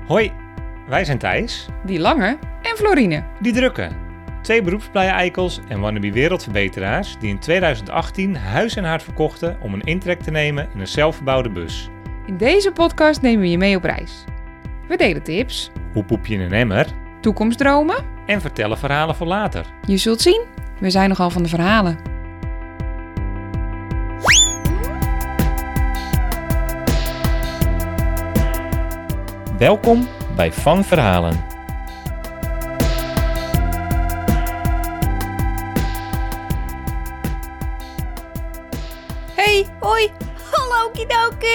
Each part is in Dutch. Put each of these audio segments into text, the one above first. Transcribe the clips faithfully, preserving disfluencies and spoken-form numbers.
Hoi, wij zijn Thijs, Die Lange en Florine. die Drukke. Twee beroepsblije eikels en wannabe wereldverbeteraars die in tweeduizend achttien huis en hart verkochten om een intrek te nemen in een zelfgebouwde bus. In deze podcast nemen we je mee op reis. We delen tips, Hoe poep je in een emmer? toekomstdromen. En vertellen verhalen voor later. Je zult zien, we zijn nogal van de verhalen. Welkom bij Van Verhalen. Hey, hoi, hallo kidoki!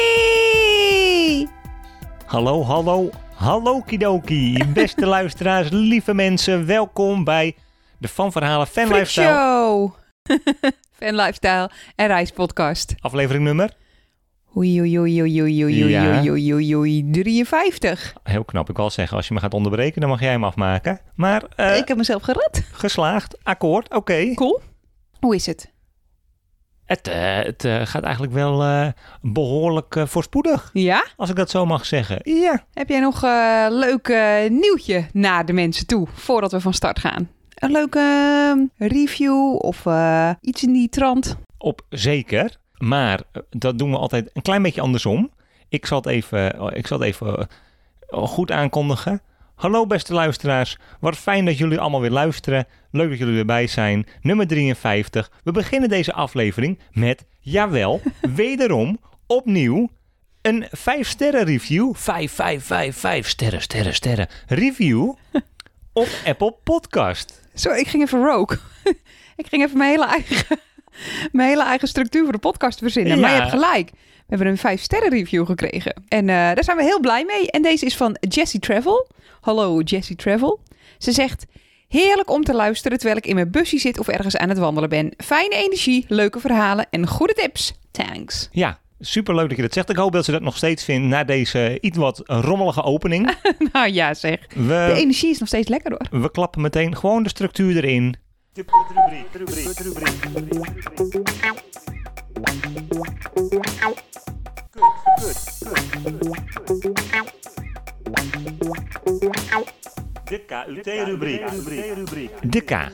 Hallo, hallo, hallo kidoki. Beste luisteraars, lieve mensen, welkom bij de Van Verhalen Fan Lifestyle. Show! Fan Lifestyle en reispodcast. Aflevering nummer? Oei, oei, oei, oei, oei, oei, Ja. oei, oei, oei, oei, drieënvijftig. Heel knap, ik wil zeggen, als je me gaat onderbreken, dan mag jij hem afmaken. Maar eh, Ik heb mezelf gered. geslaagd, akkoord, oké. Cool. Hoe is het? Het, eh, het eh, gaat eigenlijk wel eh, behoorlijk eh, voorspoedig, Ja? als ik dat zo mag zeggen. Ja. Heb jij nog een uh, leuk uh, nieuwtje naar de mensen toe, voordat we van start gaan? Een leuke uh, review of uh, iets in die trant? Op zeker, maar eh, dat doen we altijd een klein beetje andersom. Ik zal het even, oh, ik zal het even eh, goed aankondigen. Hallo beste luisteraars, wat fijn dat jullie allemaal weer luisteren. Leuk dat jullie erbij zijn. Nummer drieënvijftig. We beginnen deze aflevering met, jawel, wederom, opnieuw, een vijf sterren review. Vijf, vijf, vijf, vijf sterren, sterren, sterren. Review op Apple Podcast. Zo, ik ging even rogue. ik ging even mijn hele eigen, mijn hele eigen structuur voor de podcast verzinnen. Ja. Maar je hebt gelijk. We hebben een vijf sterren review gekregen. En uh, daar zijn we heel blij mee. En deze is van Jessie Travel. Hallo Jessie Travel. Ze zegt: heerlijk om te luisteren terwijl ik in mijn busje zit of ergens aan het wandelen ben. Fijne energie, leuke verhalen en goede tips. Thanks. Ja, superleuk dat je dat zegt. Ik hoop dat ze dat nog steeds vindt na deze iets wat rommelige opening. Nou ja zeg. De We, energie is nog steeds lekker hoor. we klappen meteen gewoon de structuur erin. De K U T-rubriek. De K.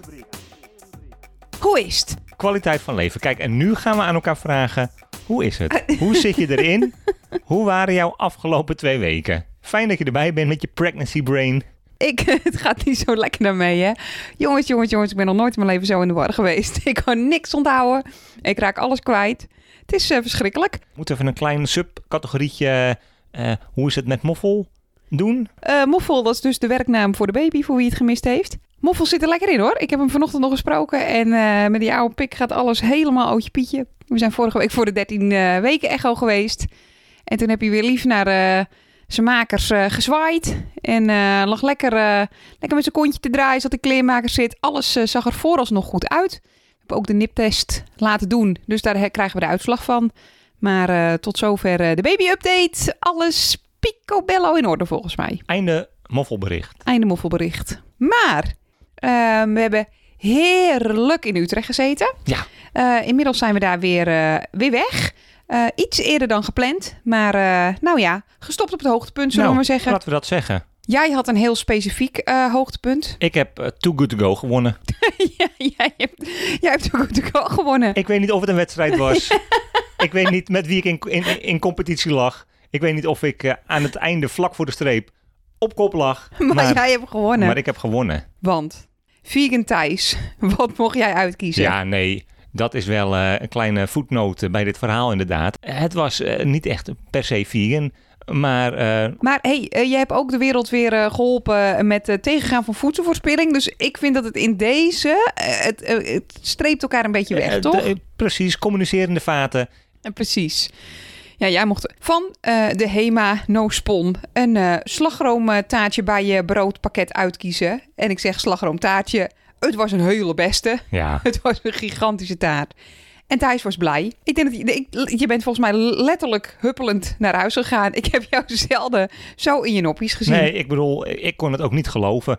Hoe is het? Kwaliteit van leven. Kijk, en nu gaan we aan elkaar vragen, hoe is het? Hoe zit je erin? Hoe waren jouw afgelopen twee weken? Fijn dat je erbij bent met je pregnancy brain. Ik, het gaat niet zo lekker naar mee, hè. Jongens, jongens, jongens, ik ben nog nooit in mijn leven zo in de war geweest. Ik kan niks onthouden. Ik raak alles kwijt. Het is uh, verschrikkelijk. We moeten even een klein subcategorietje, uh, hoe is het met moffel, doen? Uh, Moffel, dat is dus de werknaam voor de baby, voor wie het gemist heeft. Moffel zit er lekker in, hoor. Ik heb hem vanochtend nog gesproken. En uh, met die oude pik gaat alles helemaal ootje pietje. We zijn vorige week voor de dertien uh, weken echo geweest. En toen heb hij weer lief naar uh, zijn makers uh, gezwaaid. En uh, lag lekker, uh, lekker met zijn kontje te draaien, zat de kleermaker zit. Alles uh, zag er vooralsnog goed uit. We hebben ook de niptest laten doen. Dus daar krijgen we de uitslag van. Maar uh, tot zover uh, de baby-update. Alles picobello in orde volgens mij. Einde moffelbericht. Einde moffelbericht. Maar uh, we hebben heerlijk in Utrecht gezeten. Ja. Uh, inmiddels zijn we daar weer, uh, weer weg. Uh, iets eerder dan gepland. Maar uh, nou ja, gestopt op het hoogtepunt, zullen Nou, we maar zeggen. laten we dat zeggen. Jij had een heel specifiek uh, hoogtepunt. Ik heb uh, Too Good To Go gewonnen. ja, jij hebt, jij hebt ook goed gewonnen. Ik weet niet of het een wedstrijd was. Ik weet niet met wie ik in, in, in competitie lag. Ik weet niet of ik uh, aan het einde vlak voor de streep op kop lag. Maar, Maar, jij hebt gewonnen. maar ik heb gewonnen. Want Vegan Thijs, wat mocht jij uitkiezen? Ja, nee. Dat is wel uh, een kleine voetnoot bij dit verhaal inderdaad. Het was uh, niet echt per se vegan, maar... Uh, Maar hey, uh, jij hebt ook de wereld weer uh, geholpen met het uh, tegengaan van voedselverspilling. Dus ik vind dat het in deze, uh, het, uh, het streept elkaar een beetje weg, uh, toch? De, precies, communicerende vaten. Uh, precies. Ja, jij mocht van uh, de Hema No Spon een uh, slagroomtaartje bij je broodpakket uitkiezen. En ik zeg slagroomtaartje, het was een hele beste. Ja. Het was een gigantische taart. En Thijs was blij. Ik denk dat je, ik, je bent volgens mij letterlijk huppelend naar huis gegaan. Ik heb jou zelden zo in je noppies gezien. Nee, ik bedoel, ik kon het ook niet geloven.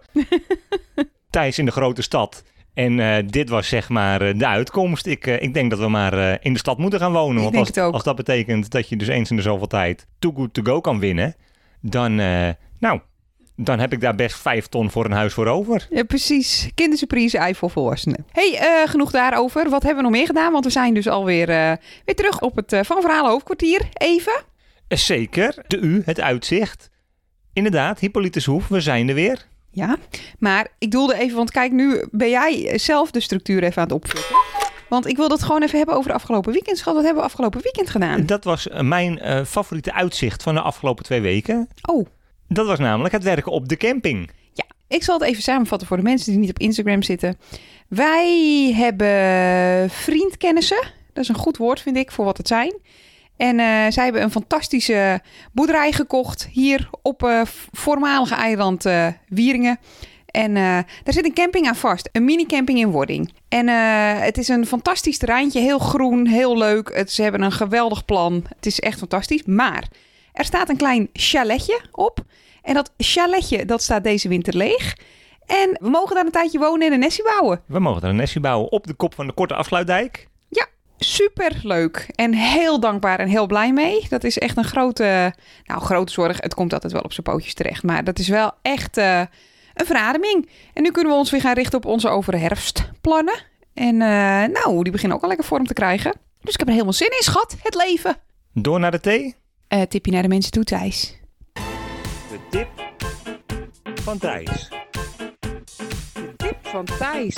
Thijs in de grote stad. En uh, dit was zeg maar uh, de uitkomst. Ik, uh, ik denk dat we maar uh, in de stad moeten gaan wonen. Ik Want denk als, het ook. als dat betekent dat je dus eens in de zoveel tijd Too Good To Go kan winnen, dan, uh, Nou, dan heb ik daar best vijf ton voor een huis voor over. Ja, precies. Kindersurprise, ei voor volwassenen. hey, uh, genoeg daarover. Wat hebben we nog meer gedaan? Want we zijn dus alweer uh, weer terug op het uh, Van Verhalen hoofdkwartier. Even. Zeker. De U, het uitzicht. Inderdaad, Hippolytushoef, we zijn er weer. Ja, maar ik doelde even, want kijk, nu ben jij zelf de structuur even aan het opvullen. Want ik wilde het gewoon even hebben over de afgelopen weekend. Schat, wat hebben we afgelopen weekend gedaan? Dat was mijn uh, favoriete uitzicht van de afgelopen twee weken. Oh. Dat was namelijk het werken op de camping. Ja, ik zal het even samenvatten voor de mensen die niet op Instagram zitten. Wij hebben vriendkennissen. Dat is een goed woord, vind ik, voor wat het zijn. En uh, zij hebben een fantastische boerderij gekocht hier op uh, voormalige eiland uh, Wieringen. En uh, daar zit een camping aan vast. Een mini-camping in wording. En uh, het is een fantastisch terreintje. Heel groen, heel leuk. Het, ze hebben een geweldig plan. Het is echt fantastisch. Maar er staat een klein chaletje op. En dat chaletje, dat staat deze winter leeg. En we mogen daar een tijdje wonen en een nestje bouwen. We mogen daar een nestje bouwen op de kop van de korte afsluitdijk. Ja, super leuk. En heel dankbaar en heel blij mee. Dat is echt een grote, nou grote zorg. Het komt altijd wel op zijn pootjes terecht. Maar dat is wel echt uh, een verademing. En nu kunnen we ons weer gaan richten op onze overherfstplannen. En uh, nou, die beginnen ook al lekker vorm te krijgen. Dus ik heb er helemaal zin in, schat. Het leven. Door naar de thee. Uh, tipje naar de mensen toe, Thijs. De tip van Thijs. De tip van Thijs.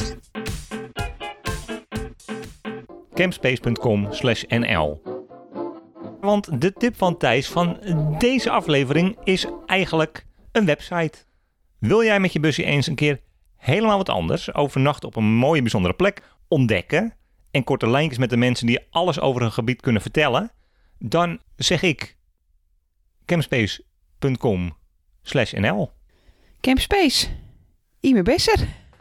campspace punt com slash n l. Want de tip van Thijs van deze aflevering is eigenlijk een website. Wil jij met je busje eens een keer helemaal wat anders, overnachten op een mooie bijzondere plek, ontdekken en korte lijntjes met de mensen die alles over een gebied kunnen vertellen, dan zeg ik campspace punt com slash n l. Campspace. Ime Besser.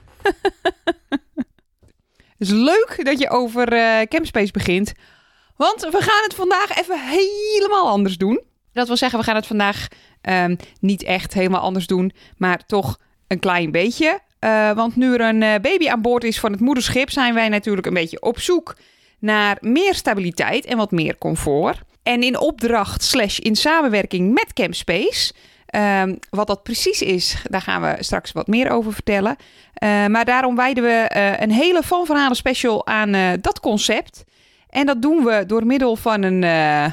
Het is leuk dat je over uh, Campspace begint. Want we gaan het vandaag even helemaal anders doen. Dat wil zeggen, we gaan het vandaag um, niet echt helemaal anders doen. Maar toch een klein beetje. Uh, want nu er een uh, baby aan boord is van het moederschip, zijn wij natuurlijk een beetje op zoek naar meer stabiliteit en wat meer comfort. En in opdracht slash in samenwerking met Campspace. Um, wat dat precies is, daar gaan we straks wat meer over vertellen. Uh, maar daarom wijden we uh, een hele Van Verhalen special aan uh, dat concept. En dat doen we door middel van een uh,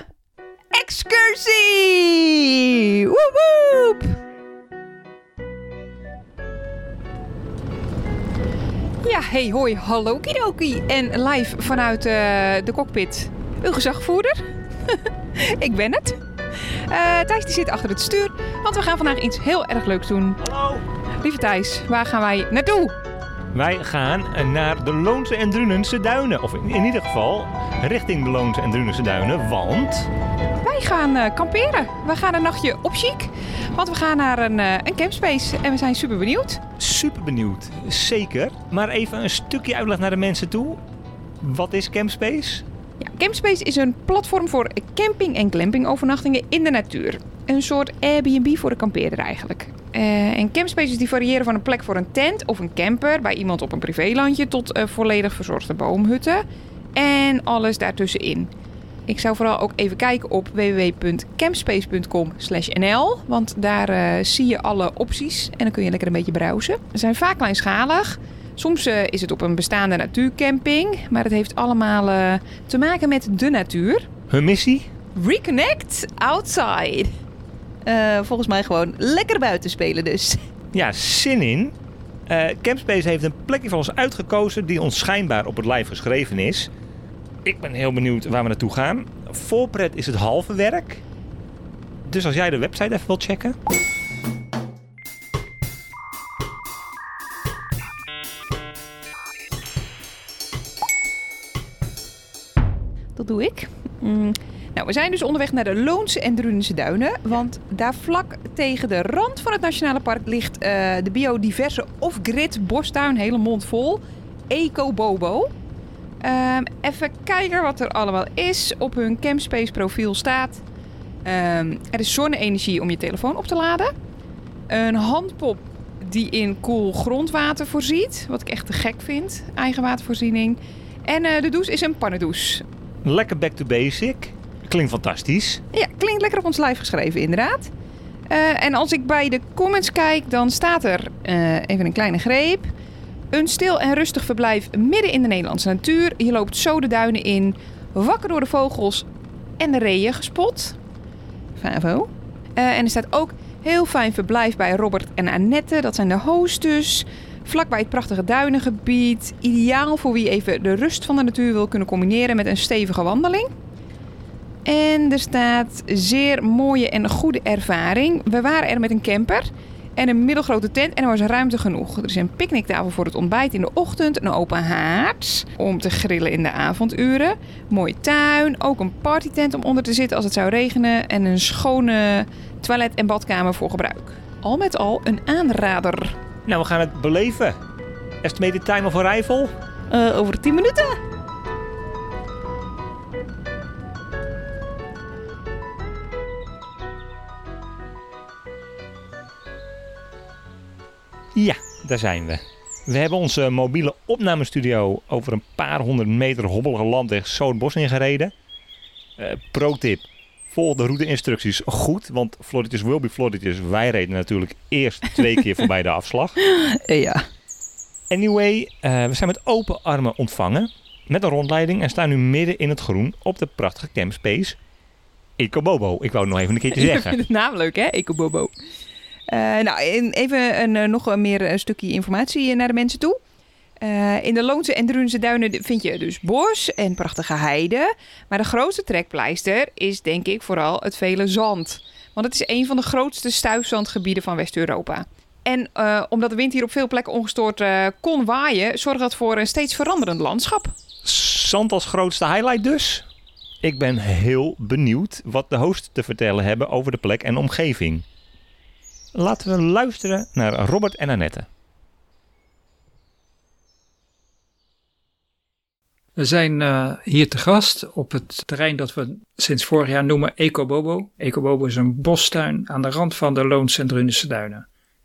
excursie! Woep woep! Ja, hey, hoi, hallo kidoki. En live vanuit uh, de cockpit, uw gezagvoerder. Ik ben het. Uh, Thijs die zit achter het stuur, want we gaan vandaag iets heel erg leuks doen. Hallo! Lieve Thijs, waar gaan wij naartoe? Wij gaan naar de Loonse en Drunense duinen. Of in ieder geval richting de Loonse en Drunense duinen, want wij gaan uh, kamperen. We gaan een nachtje op chic, want we gaan naar een, uh, een campspace en we zijn super benieuwd. Super benieuwd, zeker. Maar even een stukje uitleg naar de mensen toe. Wat is Campspace? Ja, Campspace is een platform voor camping- en glampingovernachtingen in de natuur. Een soort Airbnb voor de kampeerder eigenlijk. Uh, en campspaces die variëren van een plek voor een tent of een camper bij iemand op een privélandje tot uh, volledig verzorgde boomhutten en alles daartussenin. Ik zou vooral ook even kijken op w w w punt campspace punt com slash n l, want daar uh, zie je alle opties en dan kun je lekker een beetje browsen. Ze zijn vaak kleinschalig. Soms uh, is het op een bestaande natuurcamping, maar het heeft allemaal uh, te maken met de natuur. Hun missie? Reconnect outside. Uh, volgens mij gewoon lekker buiten spelen dus. Ja, zin in. Uh, Campspace heeft een plekje voor ons uitgekozen die ons schijnbaar op het lijf geschreven is. Ik ben heel benieuwd waar we naartoe gaan. Voorpret is het halve werk. Dus als jij de website even wilt checken. Dat doe ik. Mm. Nou, we zijn dus onderweg naar de Loonse en Drunense duinen. Want daar vlak tegen de rand van het Nationale Park ligt uh, de biodiverse off-grid bostuin, hele mond vol. Eco Bobo. Um, even kijken wat er allemaal is. Op hun Campspace profiel staat. Um, er is zonne-energie om je telefoon op te laden. Een handpop die in koel grondwater voorziet. Wat ik echt te gek vind. Eigen watervoorziening. En uh, de douche is een pannendouche. Lekker back to basic. Klinkt fantastisch. Ja, klinkt lekker op ons lijf geschreven inderdaad. Uh, en als ik bij de comments kijk, dan staat er, uh, even een kleine greep... Een stil en rustig verblijf midden in de Nederlandse natuur. Je loopt zo de duinen in, wakker door de vogels en de reeën gespot. Favo. Uh, en er staat ook heel fijn verblijf bij Robert en Annette. Dat zijn de hostess. Vlakbij het prachtige duinengebied. Ideaal voor wie even de rust van de natuur wil kunnen combineren met een stevige wandeling. En er staat zeer mooie en goede ervaring. We waren er met een camper en een middelgrote tent en er was ruimte genoeg. Er is een picknicktafel voor het ontbijt in de ochtend, een open haard om te grillen in de avonduren. Mooie tuin, ook een partytent om onder te zitten als het zou regenen en een schone toilet en badkamer voor gebruik. Al met al een aanrader. Nou, we gaan het beleven. Estimated time of arrival? Uh, over tien minuten. Ja, daar zijn we. We hebben onze mobiele opnamestudio over een paar honderd meter hobbelige landweg zo het bos ingereden. Uh, Pro-tip. Volg de routeinstructies goed, want Floritus will be Floritus. Wij reden natuurlijk eerst twee keer voorbij de afslag. Ja. Anyway, uh, we zijn met open armen ontvangen. Met een rondleiding en staan nu midden in het groen op de prachtige campspace Ecobobo. Ik wou het nog even een keertje zeggen. Ik vind de naam leuk, hè? Ecobobo. Uh, nou, even een, uh, nog meer een stukje informatie naar de mensen toe. Uh, in de Loonse en Drunense duinen vind je dus bos en prachtige heide. Maar de grootste trekpleister is denk ik vooral het vele zand. Want het is een van de grootste stuifzandgebieden van West-Europa. En uh, omdat de wind hier op veel plekken ongestoord uh, kon waaien, zorgt dat voor een steeds veranderend landschap. Zand als grootste highlight dus? Ik ben heel benieuwd wat de hosts te vertellen hebben over de plek en omgeving. Laten we luisteren naar Robert en Annette. We zijn uh, hier te gast op het terrein dat we sinds vorig jaar noemen Ecobobo. Ecobobo is een bostuin aan de rand van de Loonse en Drunense duinen.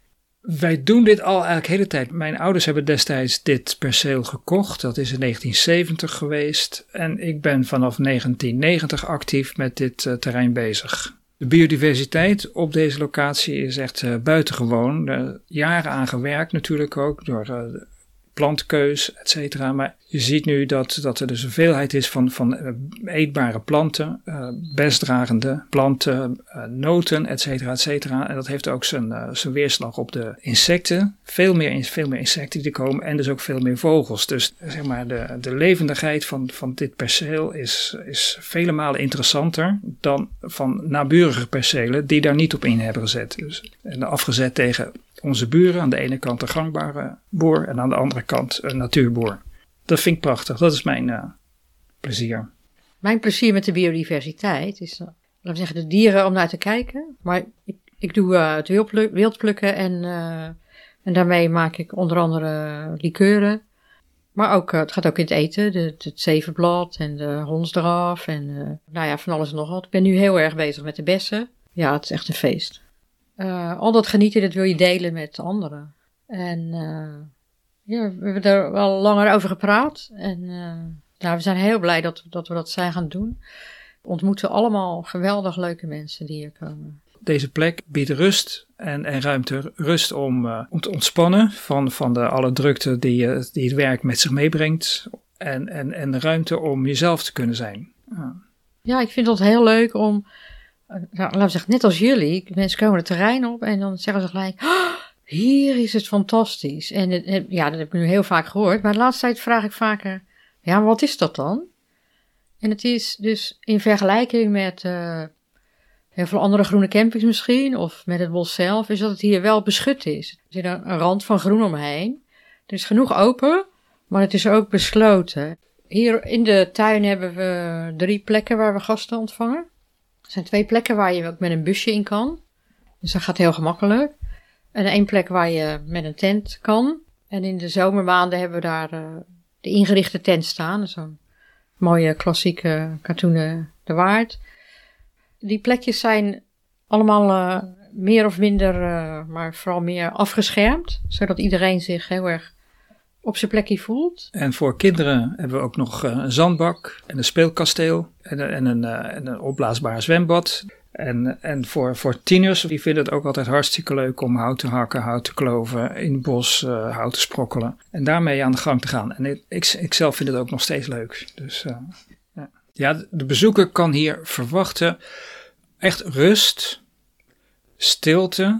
Wij doen dit al eigenlijk de hele tijd. Mijn ouders hebben destijds dit perceel gekocht. Dat is in negentien zeventig geweest. En ik ben vanaf negentien negentig actief met dit uh, terrein bezig. De biodiversiteit op deze locatie is echt uh, buitengewoon. Er jaren aan gewerkt natuurlijk ook door uh, plantkeus, et cetera. Maar je ziet nu dat, dat er dus een veelheid is van, van uh, eetbare planten, uh, bestdragende planten, uh, noten, et cetera, et cetera. En dat heeft ook zijn, uh, zijn weerslag op de insecten. Veel meer, veel meer insecten die er komen en dus ook veel meer vogels. Dus zeg maar de, de levendigheid van, van dit perceel is, is vele malen interessanter dan van naburige percelen die daar niet op in hebben gezet. Dus, en afgezet tegen onze buren, aan de ene kant een gangbare boer en aan de andere kant een natuurboer. Dat vind ik prachtig, dat is mijn uh, plezier. Mijn plezier met de biodiversiteit is, uh, laten we zeggen, de dieren om naar te kijken. Maar ik, ik doe uh, het wildpluk, wildplukken en, uh, en daarmee maak ik onder andere likeuren. Maar ook, uh, het gaat ook in het eten, de, het zevenblad en de hondsdraf en uh, nou ja, van alles en nog wat. Ik ben nu heel erg bezig met de bessen. Ja, het is echt een feest. Uh, al dat genieten, dat wil je delen met anderen. En uh, ja, we hebben er wel langer over gepraat. En uh, nou, we zijn heel blij dat, dat we dat zijn gaan doen. We ontmoeten allemaal geweldig leuke mensen die hier komen. Deze plek biedt rust en, en ruimte. Rust om, uh, om te ontspannen van, van de, alle drukte die, uh, die het werk met zich meebrengt. En, en, en de ruimte om jezelf te kunnen zijn. Uh. Ja, ik vind het heel leuk om... Nou, laten we zeggen, net als jullie, mensen komen het terrein op en dan zeggen ze gelijk, oh, hier is het fantastisch. En het, ja, dat heb ik nu heel vaak gehoord, maar de laatste tijd vraag ik vaker, ja, maar wat is dat dan? En het is dus in vergelijking met uh, heel veel andere groene campings misschien, of met het bos zelf, is dat het hier wel beschut is. Er zit een, een rand van groen omheen. Er is genoeg open, maar het is ook besloten. Hier in de tuin hebben we drie plekken waar we gasten ontvangen. Er zijn twee plekken waar je ook met een busje in kan. Dus dat gaat heel gemakkelijk. En één plek waar je met een tent kan. En in de zomermaanden hebben we daar uh, de ingerichte tent staan. Zo'n mooie klassieke katoenen de Waard. Die plekjes zijn allemaal uh, meer of minder, uh, maar vooral meer afgeschermd. Zodat iedereen zich heel erg op zijn plekje voelt. En voor kinderen hebben we ook nog een zandbak en een speelkasteel en een, en een, en een opblaasbaar zwembad. En, en voor, voor tieners, die vinden het ook altijd hartstikke leuk om hout te hakken, hout te kloven, in het bos uh, hout te sprokkelen. En daarmee aan de gang te gaan. En ik, ik, ik zelf vind het ook nog steeds leuk. Dus uh, ja. ja, de bezoeker kan hier verwachten echt rust, stilte,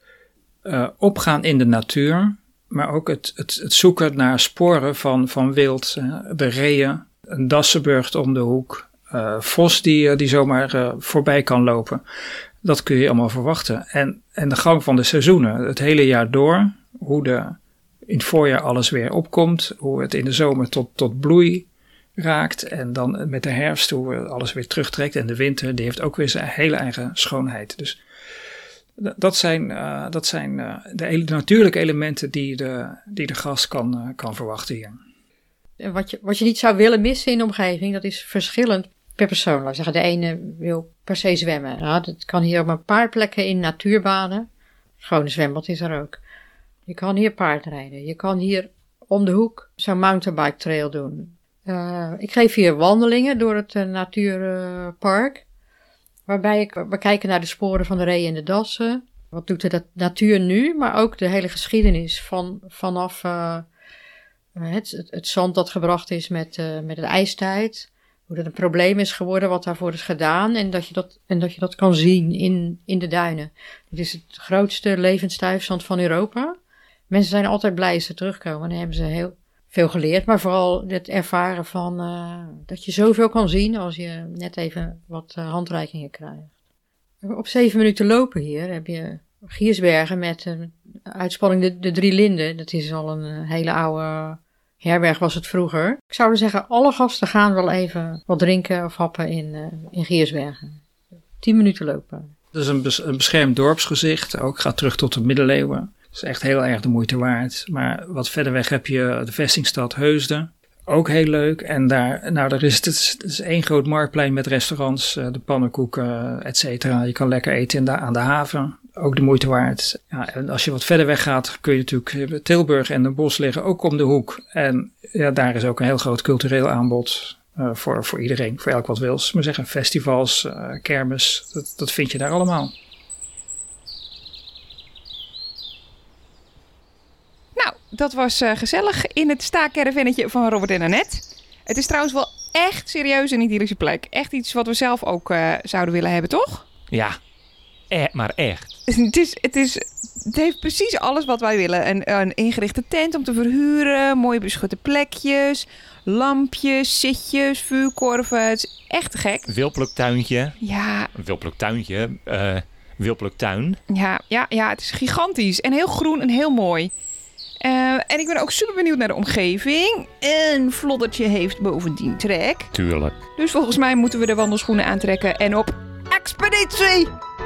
uh, opgaan in de natuur. Maar ook het, het, het zoeken naar sporen van, van wild, uh, de reeën, een dassenburgt om de hoek. Uh, vos die, die zomaar uh, voorbij kan lopen. Dat kun je allemaal verwachten. En, en de gang van de seizoenen, het hele jaar door. Hoe de, in het voorjaar alles weer opkomt. Hoe het in de zomer tot, tot bloei raakt. En dan met de herfst hoe alles weer terugtrekt. En de winter, die heeft ook weer zijn hele eigen schoonheid. Dus dat zijn, uh, dat zijn uh, de, ele- de natuurlijke elementen die de, die de gast kan, uh, kan verwachten hier. En wat je, wat je niet zou willen missen in de omgeving, dat is verschillend per persoon. Laten we zeggen, de ene wil per se zwemmen. Ja, dat kan hier op een paar plekken in natuurbaden. Gewoon een zwembad is er ook. Je kan hier paardrijden. Je kan hier om de hoek zo'n mountainbike trail doen. Uh, ik geef hier wandelingen door het uh, natuurpark. Uh, waarbij ik, we kijken naar de sporen van de reeën en de dassen. Wat doet de natuur nu? Maar ook de hele geschiedenis van, vanaf uh, het, het, het zand dat gebracht is met, uh, met de ijstijd. Hoe dat een probleem is geworden, wat daarvoor is gedaan. En dat je dat, en dat, je dat kan zien in, in de duinen. Dit is het grootste levensstuifzand van Europa. Mensen zijn altijd blij als ze terugkomen. En dan hebben ze heel veel geleerd. Maar vooral het ervaren van uh, dat je zoveel kan zien als je net even wat uh, handreikingen krijgt. Op zeven minuten lopen hier heb je Giersbergen met een uitspanning de, de Drie Linden. Dat is al een hele oude herberg was het vroeger. Ik zou zeggen, alle gasten gaan wel even wat drinken of happen in, uh, in Giersbergen. Tien minuten lopen. Dat is een, bes- een beschermd dorpsgezicht. Ook gaat terug tot de middeleeuwen. Dat is echt heel erg de moeite waard. Maar wat verder weg heb je de vestingstad Heusden. Ook heel leuk. En daar, nou, daar is het, het is één groot marktplein met restaurants, de pannenkoeken, et cetera. Je kan lekker eten in de, aan de haven. Ook de moeite waard. Ja, en als je wat verder weg gaat, kun je natuurlijk Tilburg en Den Bosch liggen ook om de hoek. En ja, daar is ook een heel groot cultureel aanbod uh, voor, voor iedereen, voor elk wat wils. Maar zeggen, festivals, uh, kermis, dat, dat vind je daar allemaal. Nou, dat was uh, gezellig in het staakervennetje van Robert en Annette. Het is trouwens wel echt serieus een idyllische plek. Echt iets wat we zelf ook uh, zouden willen hebben, toch? Ja, eh, maar echt. Het, is, het, is, het heeft precies alles wat wij willen. Een, een ingerichte tent om te verhuren, mooie beschutte plekjes, lampjes, zitjes, vuurkorven. Het is echt te gek. Wilpluktuintje. Ja. Wilpluktuintje. Uh, Wilpluktuin. Ja, ja, ja, het is gigantisch en heel groen en heel mooi. Uh, en ik ben ook super benieuwd naar de omgeving. Een vloddertje heeft bovendien trek. Tuurlijk. Dus volgens mij moeten we de wandelschoenen aantrekken en op expeditie!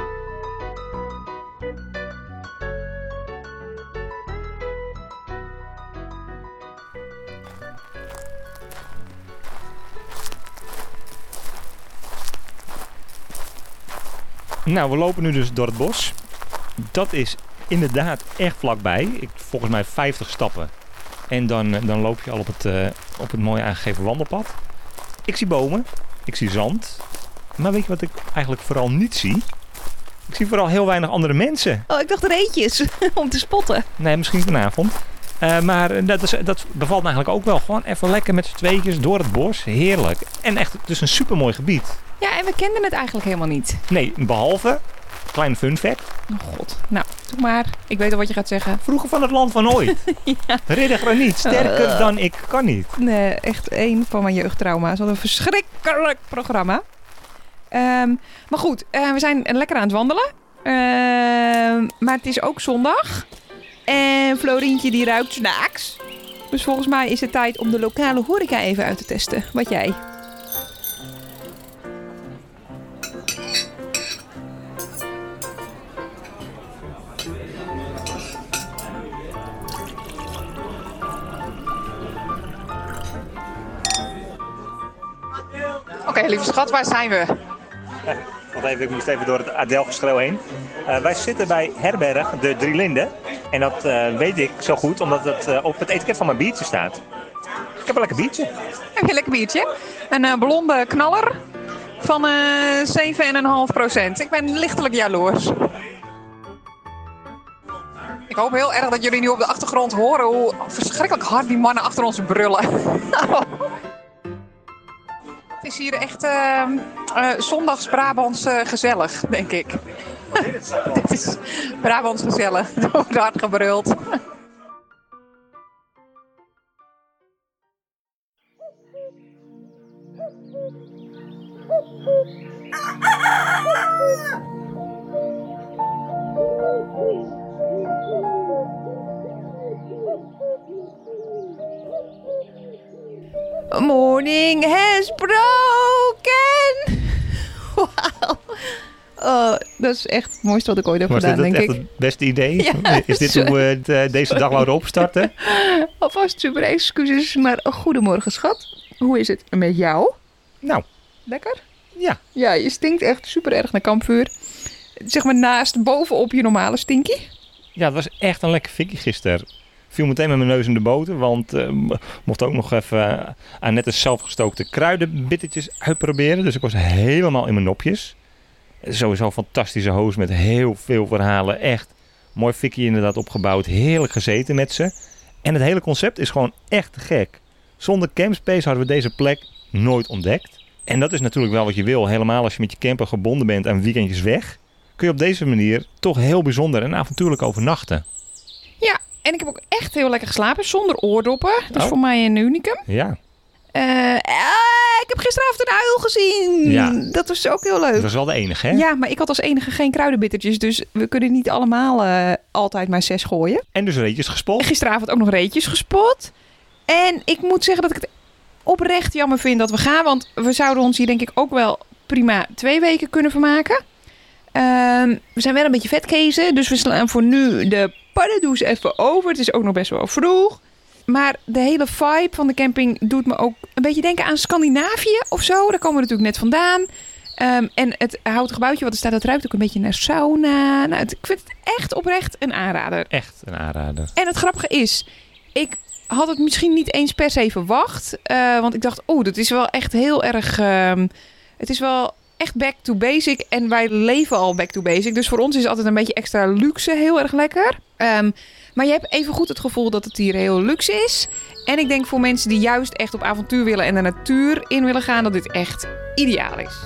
Nou, we lopen nu dus door het bos. Dat is inderdaad echt vlakbij. Ik, volgens mij vijftig stappen. En dan, dan loop je al op het, uh, op het mooi aangegeven wandelpad. Ik zie bomen. Ik zie zand. Maar weet je wat ik eigenlijk vooral niet zie? Ik zie vooral heel weinig andere mensen. Oh, ik dacht reetjes om te spotten. Nee, misschien vanavond. Uh, maar dat, is, dat bevalt me eigenlijk ook wel. Gewoon even lekker met z'n tweetjes door het bos. Heerlijk. En echt, het is een supermooi gebied. Ja, en we kenden het eigenlijk helemaal niet. Nee, behalve, klein fun fact. Oh god, nou, doe maar. Ik weet al wat je gaat zeggen. Vroeger van het land van ooit. Ja. Ridder Graniet, sterker uh. dan ik kan niet. Nee, echt één van mijn jeugdtrauma's. Wat een verschrikkelijk programma. Um, maar goed, uh, we zijn lekker aan het wandelen. Uh, maar het is ook zondag. En Florientje die ruikt snacks. Dus volgens mij is het tijd om de lokale horeca even uit te testen. Wat jij? Oké, okay, lieve schat, waar zijn we? Want even, ik moest even door het Adelgeschreeuw heen. Uh, wij zitten bij herberg De Drie Linden. En dat uh, weet ik zo goed, omdat het uh, op het etiket van mijn biertje staat. Ik heb een lekker biertje. Heb je een lekker biertje? Een uh, blonde knaller van uh, zeven komma vijf procent. Ik ben lichtelijk jaloers. Ik hoop heel erg dat jullie nu op de achtergrond horen hoe verschrikkelijk hard die mannen achter ons brullen. Het is hier echt uh, uh, zondags Brabants uh, gezellig, denk ik. Dit is Brabants gezellig. Er wordt hard gebruld. Morning has broken. Wauw. Oh, dat is echt het mooiste wat ik ooit heb Was gedaan, dit denk echt ik. het beste idee? Ja, is dit sorry. hoe we het, uh, deze dag wouden opstarten? Alvast super excuses, maar goedemorgen schat. Hoe is het met jou? Nou, Lekker? ja. Ja, je stinkt echt super erg naar kampvuur. Zeg maar naast, bovenop je normale stinky. Ja, het was echt een lekker fikkie gisteren. Viel meteen met mijn neus in de boter, want ik uh, mocht ook nog even uh, aan net een zelfgestookte kruidenbittertjes uitproberen. Dus ik was helemaal in mijn nopjes. Sowieso een fantastische host met heel veel verhalen. Echt mooi fikkie inderdaad opgebouwd. Heerlijk gezeten met ze. En het hele concept is gewoon echt te gek. Zonder Campspace hadden we deze plek nooit ontdekt. En dat is natuurlijk wel wat je wil. Helemaal als je met je camper gebonden bent en weekendjes weg. Kun je op deze manier toch heel bijzonder en avontuurlijk overnachten. Ja, en ik heb ook echt heel lekker geslapen zonder oordoppen. Dat is Oh. voor mij een unicum. Ja, Uh, ah, ik heb gisteravond een uil gezien. Ja. Dat was ook heel leuk. dat was wel de enige, hè? Ja, maar ik had als enige geen kruidenbittertjes. Dus we kunnen niet allemaal uh, altijd maar zes gooien. En dus reetjes gespot. Gisteravond ook nog reetjes gespot. En ik moet zeggen dat ik het oprecht jammer vind dat we gaan. Want we zouden ons hier denk ik ook wel prima twee weken kunnen vermaken. Um, we zijn wel een beetje vetkezen. Dus we slaan voor nu de paddendoes even over. Het is ook nog best wel vroeg. Maar de hele vibe van de camping doet me ook een beetje denken aan Scandinavië of zo. Daar komen we natuurlijk net vandaan. Um, en het houten gebouwtje wat er staat, dat ruikt ook een beetje naar sauna. Nou, het, ik vind het echt oprecht een aanrader. Echt een aanrader. En het grappige is, ik had het misschien niet eens per se verwacht. Uh, want ik dacht, oh, dat is wel echt heel erg... Um, het is wel echt back to basic. En wij leven al back to basic. Dus voor ons is het altijd een beetje extra luxe heel erg lekker. Um, maar je hebt even goed het gevoel dat het hier heel luxe is. En ik denk voor mensen die juist echt op avontuur willen en de natuur in willen gaan, dat dit echt ideaal is.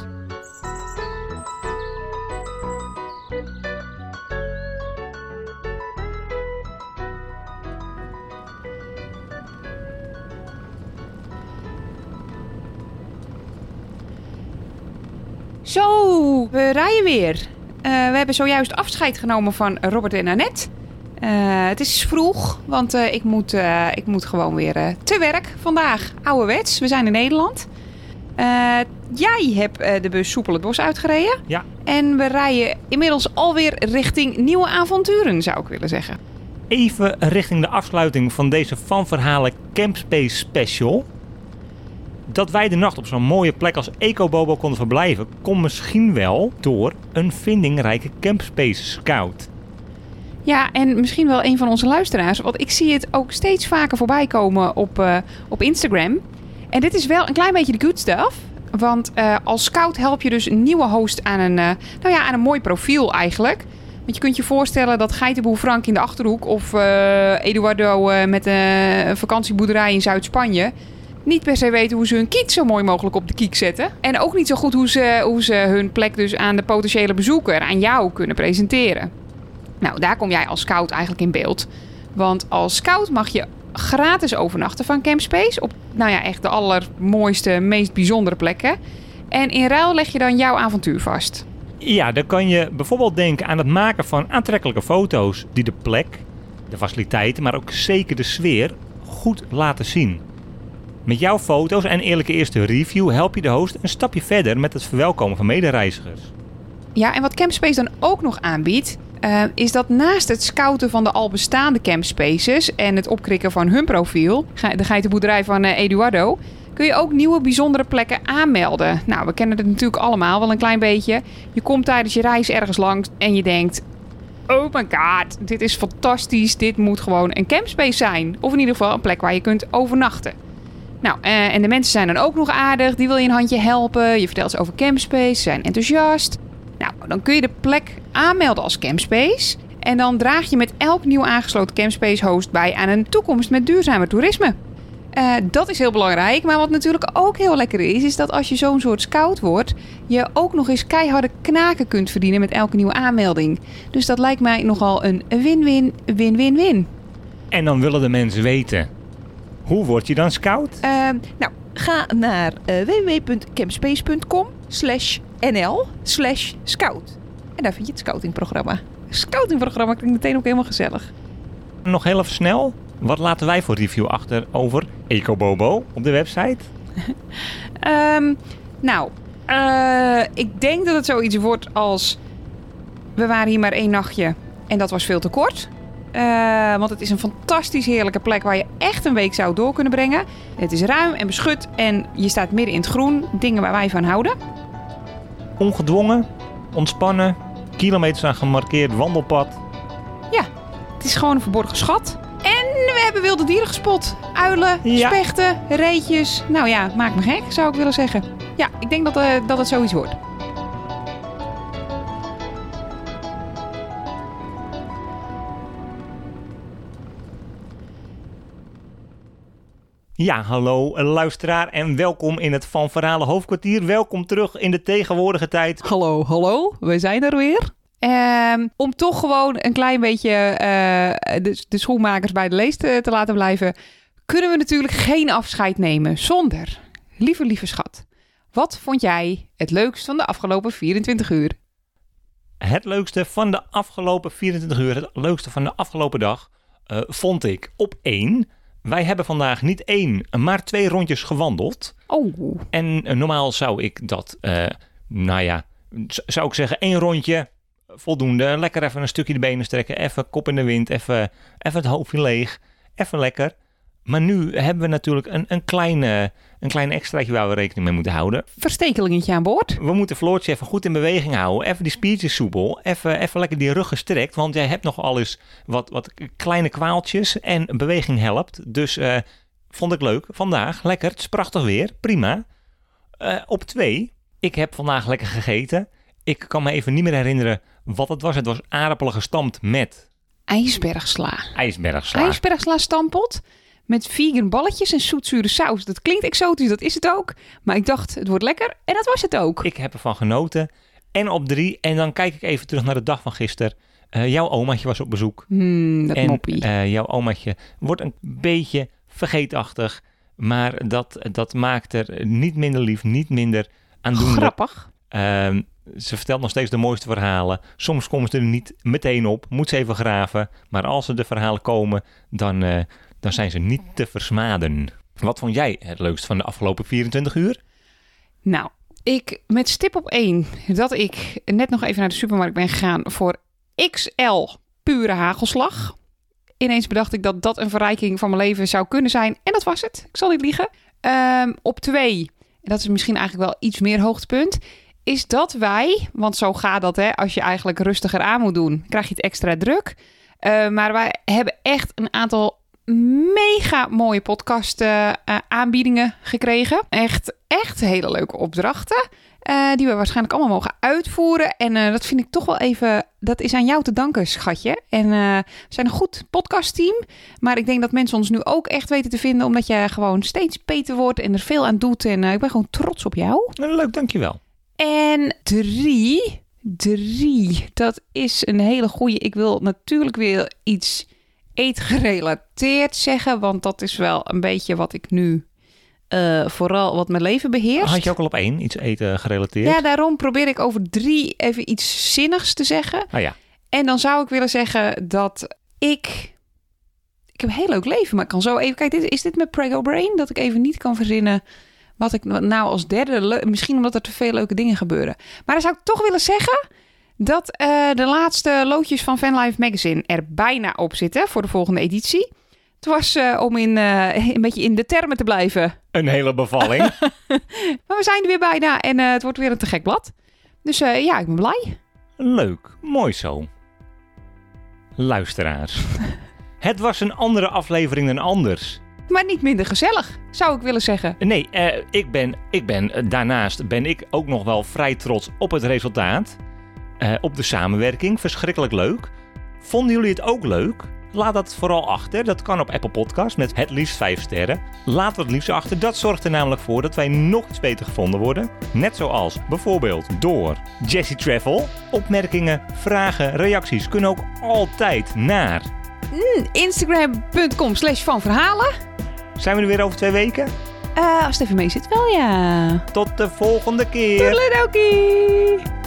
Zo, we rijden weer. Uh, we hebben zojuist afscheid genomen van Robert en Annette. Uh, het is vroeg, want uh, ik, moet, uh, ik moet gewoon weer uh, te werk vandaag. Ouderwets, we zijn in Nederland. Uh, jij hebt uh, de bus soepel het bos uitgereden. Ja. En we rijden inmiddels alweer richting nieuwe avonturen, zou ik willen zeggen. Even richting de afsluiting van deze Van Verhalen Campspace Special. Dat wij de nacht op zo'n mooie plek als Ecobobo konden verblijven, kon misschien wel door een vindingrijke Campspace Scout. Ja, en misschien wel een van onze luisteraars. Want ik zie het ook steeds vaker voorbij komen op, uh, op Instagram. En dit is wel een klein beetje de good stuff. Want uh, als scout help je dus een nieuwe host aan een, uh, nou ja, aan een mooi profiel eigenlijk. Want je kunt je voorstellen dat geitenboer Frank in de Achterhoek of uh, Eduardo uh, met een vakantieboerderij in Zuid-Spanje niet per se weten hoe ze hun kiet zo mooi mogelijk op de kiek zetten. En ook niet zo goed hoe ze, hoe ze hun plek dus aan de potentiële bezoeker, aan jou, kunnen presenteren. Nou, daar kom jij als scout eigenlijk in beeld. Want als scout mag je gratis overnachten van Campspace op, nou ja, echt de allermooiste, meest bijzondere plekken. En in ruil leg je dan jouw avontuur vast. Ja, dan kan je bijvoorbeeld denken aan het maken van aantrekkelijke foto's die de plek, de faciliteiten, maar ook zeker de sfeer goed laten zien. Met jouw foto's en eerlijke eerste review help je de host een stapje verder met het verwelkomen van medereizigers. Ja, en wat Campspace dan ook nog aanbiedt, uh, is dat naast het scouten van de al bestaande campspaces en het opkrikken van hun profiel, de geitenboerderij van uh, Eduardo, kun je ook nieuwe bijzondere plekken aanmelden. Nou, we kennen het natuurlijk allemaal wel een klein beetje. Je komt tijdens je reis ergens langs en je denkt... Oh my god, dit is fantastisch. Dit moet gewoon een campspace zijn. Of in ieder geval een plek waar je kunt overnachten. Nou, uh, en de mensen zijn dan ook nog aardig. Die wil je een handje helpen. Je vertelt ze over campspace. Ze zijn enthousiast. Nou, dan kun je de plek aanmelden als campspace. En dan draag je met elk nieuw aangesloten campspace host bij aan een toekomst met duurzamer toerisme. Uh, dat is heel belangrijk. Maar wat natuurlijk ook heel lekker is, is dat als je zo'n soort scout wordt, je ook nog eens keiharde knaken kunt verdienen met elke nieuwe aanmelding. Dus dat lijkt mij nogal een win-win, win-win-win. En dan willen de mensen weten, hoe word je dan scout? Uh, nou, ga naar uh, www.campspace.com slash nl slash scout. En daar vind je het scoutingprogramma. Scoutingprogramma klinkt meteen ook helemaal gezellig. Nog heel even snel. Wat laten wij voor review achter over Ecobobo op de website? um, nou, uh, ik denk dat het zoiets wordt als... We waren hier maar één nachtje en dat was veel te kort. Uh, want het is een fantastisch heerlijke plek waar je echt een week zou door kunnen brengen. Het is ruim en beschut en je staat midden in het groen. Dingen waar wij van houden. Ongedwongen, ontspannen, kilometers aan gemarkeerd wandelpad. Ja, het is gewoon een verborgen schat. En we hebben wilde dieren gespot. Uilen, ja. spechten, reetjes. Nou ja, maak me gek, zou ik willen zeggen. Ja, ik denk dat, uh, dat het zoiets wordt. Ja, hallo luisteraar en welkom in het Van Verhalen hoofdkwartier. Welkom terug in de tegenwoordige tijd. Hallo, hallo, we zijn er weer. Um, om toch gewoon een klein beetje uh, de, de schoenmakers bij de lees te, te laten blijven, kunnen we natuurlijk geen afscheid nemen zonder, lieve, lieve schat, wat vond jij het leukst van de afgelopen vierentwintig uur? Het leukste van de afgelopen vierentwintig uur, het leukste van de afgelopen dag, uh, vond ik op één. Wij hebben vandaag niet één, maar twee rondjes gewandeld. Oh. En uh, normaal zou ik dat, uh, nou ja, z- zou ik zeggen één rondje... Voldoende. Lekker even een stukje de benen strekken. Even kop in de wind. Even, even het hoofdje leeg. Even lekker. Maar nu hebben we natuurlijk een, een, kleine, een klein extraatje waar we rekening mee moeten houden. Verstekelingetje aan boord. We moeten Floortje even goed in beweging houden. Even die spiertjes soepel. Even, even lekker die rug gestrekt. Want jij hebt nog al eens wat, wat kleine kwaaltjes. En beweging helpt. Dus uh, vond ik leuk. Vandaag lekker. Het is prachtig weer. Prima. Uh, op twee. Ik heb vandaag lekker gegeten. Ik kan me even niet meer herinneren wat het was. Het was aardappelen gestampt met... IJsbergsla. IJsbergsla. IJsbergsla stampot met vegan balletjes en zoetzure saus. Dat klinkt exotisch, dat is het ook. Maar ik dacht, het wordt lekker. En dat was het ook. Ik heb ervan genoten. En op drie. En dan kijk ik even terug naar de dag van gisteren. Uh, jouw omaatje was op bezoek. Hmm, dat en moppie. Uh, jouw omaatje wordt een beetje vergeetachtig. Maar dat, dat maakt er niet minder lief, niet minder aandoenlijk. Grappig. Uh, Ze vertelt nog steeds de mooiste verhalen. Soms komen ze er niet meteen op. Moet ze even graven. Maar als er de verhalen komen, dan, uh, dan zijn ze niet te versmaden. Wat vond jij het leukst van de afgelopen vierentwintig uur? Nou, ik met stip op één dat ik net nog even naar de supermarkt ben gegaan voor X L pure hagelslag. Ineens bedacht ik dat dat een verrijking van mijn leven zou kunnen zijn. En dat was het. Ik zal niet liegen. Um, op twee, en dat is misschien eigenlijk wel iets meer hoogtepunt, is dat wij, want zo gaat dat hè, als je eigenlijk rustiger aan moet doen, krijg je het extra druk. Uh, maar wij hebben echt een aantal mega mooie podcast uh, uh, aanbiedingen gekregen. Echt, echt hele leuke opdrachten. Uh, die we waarschijnlijk allemaal mogen uitvoeren. En uh, dat vind ik toch wel even, dat is aan jou te danken, schatje. En uh, we zijn een goed podcastteam. Maar ik denk dat mensen ons nu ook echt weten te vinden, omdat je gewoon steeds beter wordt en er veel aan doet. En uh, ik ben gewoon trots op jou. Leuk, dankjewel. En drie, drie, dat is een hele goeie. Ik wil natuurlijk weer iets eetgerelateerd zeggen, want dat is wel een beetje wat ik nu, uh, vooral wat mijn leven beheerst. Had je ook al op één iets eten gerelateerd? Ja, daarom probeer ik over drie even iets zinnigs te zeggen. Ah ja. En dan zou ik willen zeggen dat ik, ik heb een heel leuk leven, maar ik kan zo even, kijk, dit, is dit mijn Prego Brain? Dat ik even niet kan verzinnen wat ik nou als derde, le- misschien omdat er te veel leuke dingen gebeuren. Maar dan zou ik toch willen zeggen dat uh, de laatste loodjes van Vanlife Magazine er bijna op zitten voor de volgende editie. Het was uh, om in, uh, een beetje in de termen te blijven. Een hele bevalling. Maar we zijn er weer bijna en uh, het wordt weer een te gek blad. Dus uh, ja, ik ben blij. Leuk, mooi zo. Luisteraars. Het was een andere aflevering dan anders. Maar niet minder gezellig, zou ik willen zeggen. Nee, uh, ik ben, ik ben, uh, daarnaast ben ik ook nog wel vrij trots op het resultaat. Uh, op de samenwerking, verschrikkelijk leuk. Vonden jullie het ook leuk? Laat dat vooral achter. Dat kan op Apple Podcast met het liefst vijf sterren. Laat het liefst achter. Dat zorgt er namelijk voor dat wij nog iets beter gevonden worden. Net zoals bijvoorbeeld door Jessie Travel. Opmerkingen, vragen, reacties kunnen ook altijd naar Mm, Instagram.com slash van verhalen. Zijn we er weer over twee weken? Uh, als het even mee zit, wel ja. Tot de volgende keer. Toedeledokie.